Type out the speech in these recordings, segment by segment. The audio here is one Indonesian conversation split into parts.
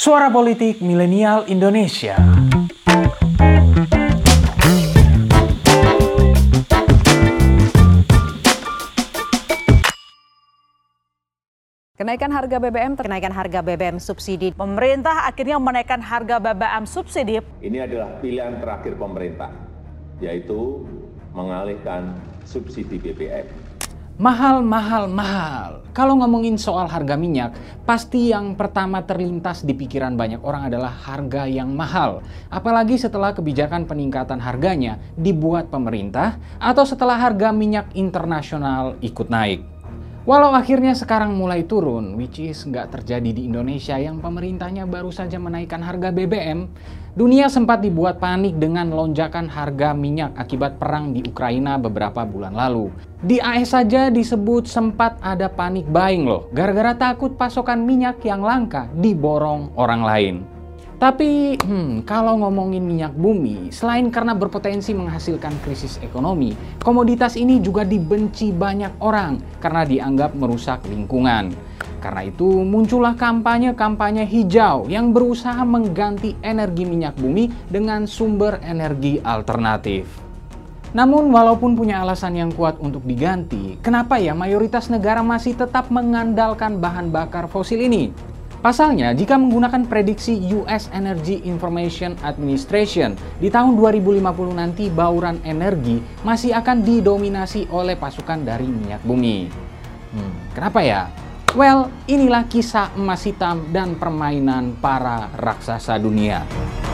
Suara Politik Milenial Indonesia. Kenaikan harga BBM subsidi. Pemerintah akhirnya menaikkan harga BBM subsidi. Ini adalah pilihan terakhir pemerintah, yaitu mengalihkan subsidi BBM. Mahal. Kalau ngomongin soal harga minyak, pasti yang pertama terlintas di pikiran banyak orang adalah harga yang mahal. Apalagi setelah kebijakan peningkatan harganya dibuat pemerintah atau setelah harga minyak internasional ikut naik. Walau akhirnya sekarang mulai turun, which is nggak terjadi di Indonesia yang pemerintahnya baru saja menaikkan harga BBM, dunia sempat dibuat panik dengan lonjakan harga minyak akibat perang di Ukraina beberapa bulan lalu. Di AS saja disebut sempat ada panik buying loh, gara-gara takut pasokan minyak yang langka diborong orang lain. Tapi kalau ngomongin minyak bumi, selain karena berpotensi menghasilkan krisis ekonomi, komoditas ini juga dibenci banyak orang karena dianggap merusak lingkungan. Karena itu muncullah kampanye hijau yang berusaha mengganti energi minyak bumi dengan sumber energi alternatif. Namun walaupun punya alasan yang kuat untuk diganti, kenapa ya mayoritas negara masih tetap mengandalkan bahan bakar fosil ini? Pasalnya, jika menggunakan prediksi US Energy Information Administration, di tahun 2050 nanti bauran energi masih akan didominasi oleh pasukan dari minyak bumi. Kenapa ya? Well, inilah kisah emas hitam dan permainan para raksasa dunia.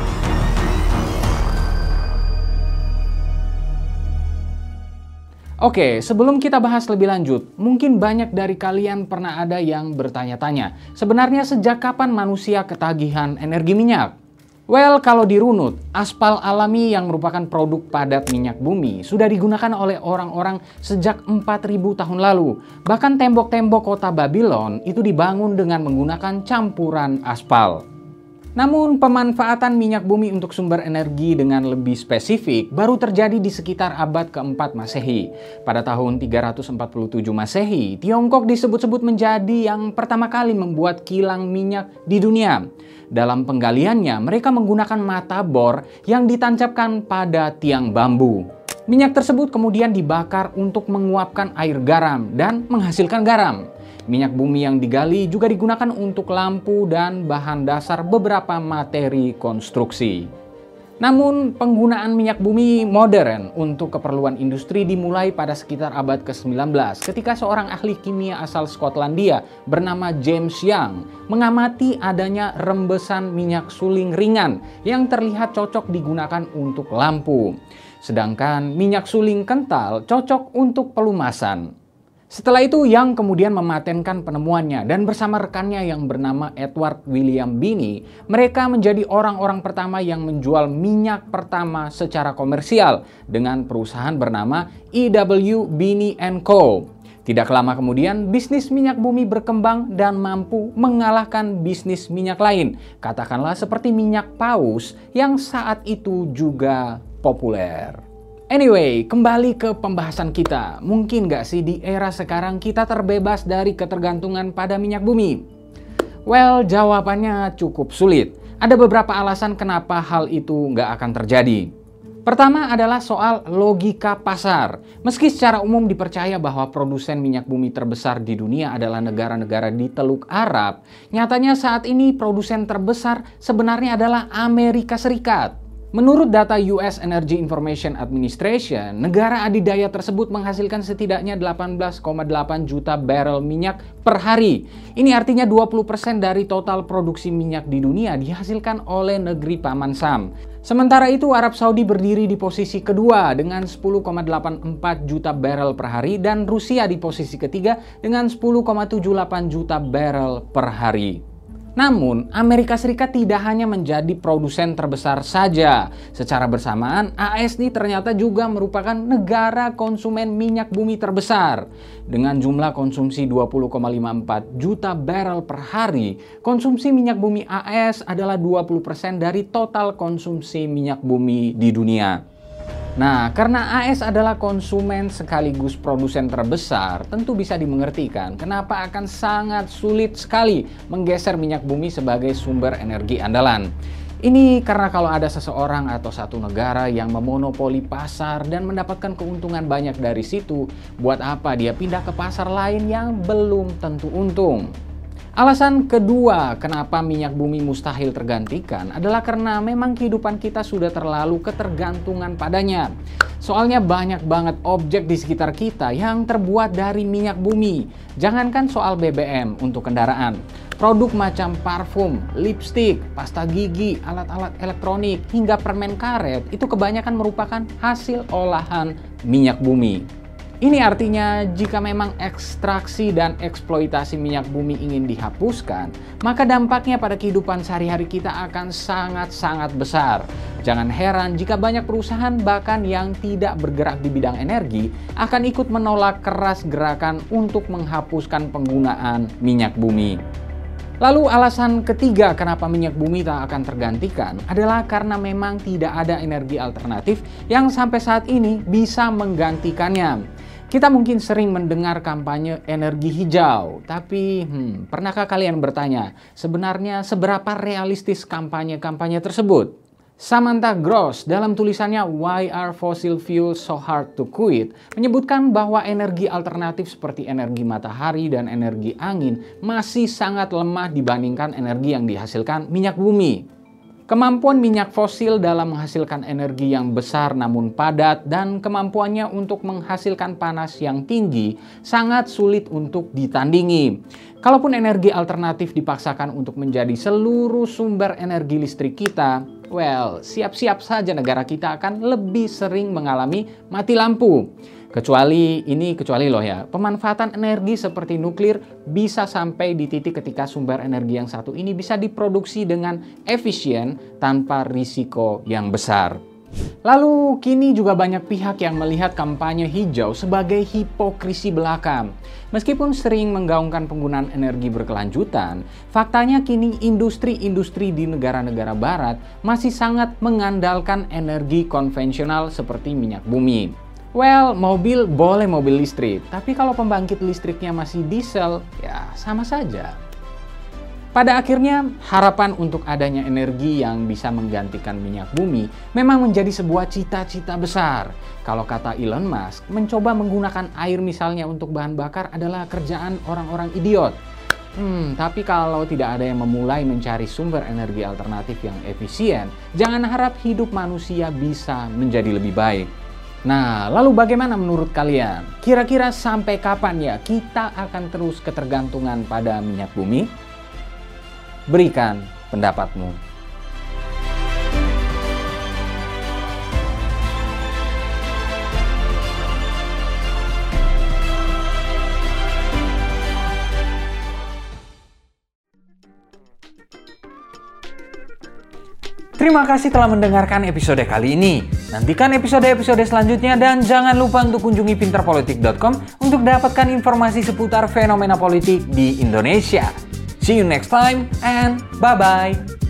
Oke, sebelum kita bahas lebih lanjut, mungkin banyak dari kalian pernah ada yang bertanya-tanya, sebenarnya sejak kapan manusia ketagihan energi minyak? Well, kalau dirunut, aspal alami yang merupakan produk padat minyak bumi sudah digunakan oleh orang-orang sejak 4000 tahun lalu. Bahkan tembok-tembok kota Babylon itu dibangun dengan menggunakan campuran aspal. Namun pemanfaatan minyak bumi untuk sumber energi dengan lebih spesifik baru terjadi di sekitar abad keempat Masehi. Pada tahun 347 Masehi, Tiongkok disebut-sebut menjadi yang pertama kali membuat kilang minyak di dunia. Dalam penggaliannya, mereka menggunakan mata bor yang ditancapkan pada tiang bambu. Minyak tersebut kemudian dibakar untuk menguapkan air garam dan menghasilkan garam. Minyak bumi yang digali juga digunakan untuk lampu dan bahan dasar beberapa materi konstruksi. Namun, penggunaan minyak bumi modern untuk keperluan industri dimulai pada sekitar abad ke-19 ketika seorang ahli kimia asal Skotlandia bernama James Young mengamati adanya rembesan minyak suling ringan yang terlihat cocok digunakan untuk lampu. Sedangkan minyak suling kental cocok untuk pelumasan. Setelah itu, Young kemudian mematenkan penemuannya dan bersama rekannya yang bernama Edward William Binney, mereka menjadi orang-orang pertama yang menjual minyak pertama secara komersial dengan perusahaan bernama E.W. Binney & Co. Tidak lama kemudian, bisnis minyak bumi berkembang dan mampu mengalahkan bisnis minyak lain, katakanlah seperti minyak paus yang saat itu juga populer. Anyway, kembali ke pembahasan kita. Mungkin nggak sih di era sekarang kita terbebas dari ketergantungan pada minyak bumi? Well, jawabannya cukup sulit. Ada beberapa alasan kenapa hal itu nggak akan terjadi. Pertama adalah soal logika pasar. Meski secara umum dipercaya bahwa produsen minyak bumi terbesar di dunia adalah negara-negara di Teluk Arab, nyatanya saat ini produsen terbesar sebenarnya adalah Amerika Serikat. Menurut data US Energy Information Administration, negara adidaya tersebut menghasilkan setidaknya 18,8 juta barel minyak per hari. Ini artinya 20% dari total produksi minyak di dunia dihasilkan oleh negeri Paman Sam. Sementara itu Arab Saudi berdiri di posisi kedua dengan 10,84 juta barel per hari dan Rusia di posisi ketiga dengan 10,78 juta barel per hari. Namun, Amerika Serikat tidak hanya menjadi produsen terbesar saja. Secara bersamaan, AS ini ternyata juga merupakan negara konsumen minyak bumi terbesar. Dengan jumlah konsumsi 20,54 juta barel per hari, konsumsi minyak bumi AS adalah 20% dari total konsumsi minyak bumi di dunia. Nah, karena AS adalah konsumen sekaligus produsen terbesar, tentu bisa dimengertikan kenapa akan sangat sulit sekali menggeser minyak bumi sebagai sumber energi andalan. Ini karena kalau ada seseorang atau satu negara yang memonopoli pasar dan mendapatkan keuntungan banyak dari situ, buat apa dia pindah ke pasar lain yang belum tentu untung? Alasan kedua kenapa minyak bumi mustahil tergantikan adalah karena memang kehidupan kita sudah terlalu ketergantungan padanya. Soalnya banyak banget objek di sekitar kita yang terbuat dari minyak bumi. Jangankan soal BBM untuk kendaraan, produk macam parfum, lipstik, pasta gigi, alat-alat elektronik, hingga permen karet itu kebanyakan merupakan hasil olahan minyak bumi. Ini artinya jika memang ekstraksi dan eksploitasi minyak bumi ingin dihapuskan, maka dampaknya pada kehidupan sehari-hari kita akan sangat-sangat besar. Jangan heran jika banyak perusahaan bahkan yang tidak bergerak di bidang energi akan ikut menolak keras gerakan untuk menghapuskan penggunaan minyak bumi. Lalu alasan ketiga kenapa minyak bumi tak akan tergantikan adalah karena memang tidak ada energi alternatif yang sampai saat ini bisa menggantikannya. Kita mungkin sering mendengar kampanye energi hijau, tapi pernahkah kalian bertanya sebenarnya seberapa realistis kampanye-kampanye tersebut? Samantha Gross dalam tulisannya Why Are Fossil Fuels So Hard to Quit menyebutkan bahwa energi alternatif seperti energi matahari dan energi angin masih sangat lemah dibandingkan energi yang dihasilkan minyak bumi. Kemampuan minyak fosil dalam menghasilkan energi yang besar namun padat dan kemampuannya untuk menghasilkan panas yang tinggi sangat sulit untuk ditandingi. Kalaupun energi alternatif dipaksakan untuk menjadi seluruh sumber energi listrik kita, siap-siap saja negara kita akan lebih sering mengalami mati lampu. Kecuali loh ya, pemanfaatan energi seperti nuklir bisa sampai di titik ketika sumber energi yang satu ini bisa diproduksi dengan efisien tanpa risiko yang besar. Lalu kini juga banyak pihak yang melihat kampanye hijau sebagai hipokrisi belaka. Meskipun sering menggaungkan penggunaan energi berkelanjutan, faktanya kini industri-industri di negara-negara barat masih sangat mengandalkan energi konvensional seperti minyak bumi. Mobil boleh mobil listrik, tapi kalau pembangkit listriknya masih diesel, ya sama saja. Pada akhirnya, harapan untuk adanya energi yang bisa menggantikan minyak bumi memang menjadi sebuah cita-cita besar. Kalau kata Elon Musk, mencoba menggunakan air misalnya untuk bahan bakar adalah kerjaan orang-orang idiot. Tapi kalau tidak ada yang memulai mencari sumber energi alternatif yang efisien, jangan harap hidup manusia bisa menjadi lebih baik. Nah, lalu bagaimana menurut kalian? Kira-kira sampai kapan ya kita akan terus ketergantungan pada minyak bumi? Berikan pendapatmu. Terima kasih telah mendengarkan episode kali ini. Nantikan episode-episode selanjutnya dan jangan lupa untuk kunjungi pinterpolitik.com untuk dapatkan informasi seputar fenomena politik di Indonesia. See you next time and bye-bye.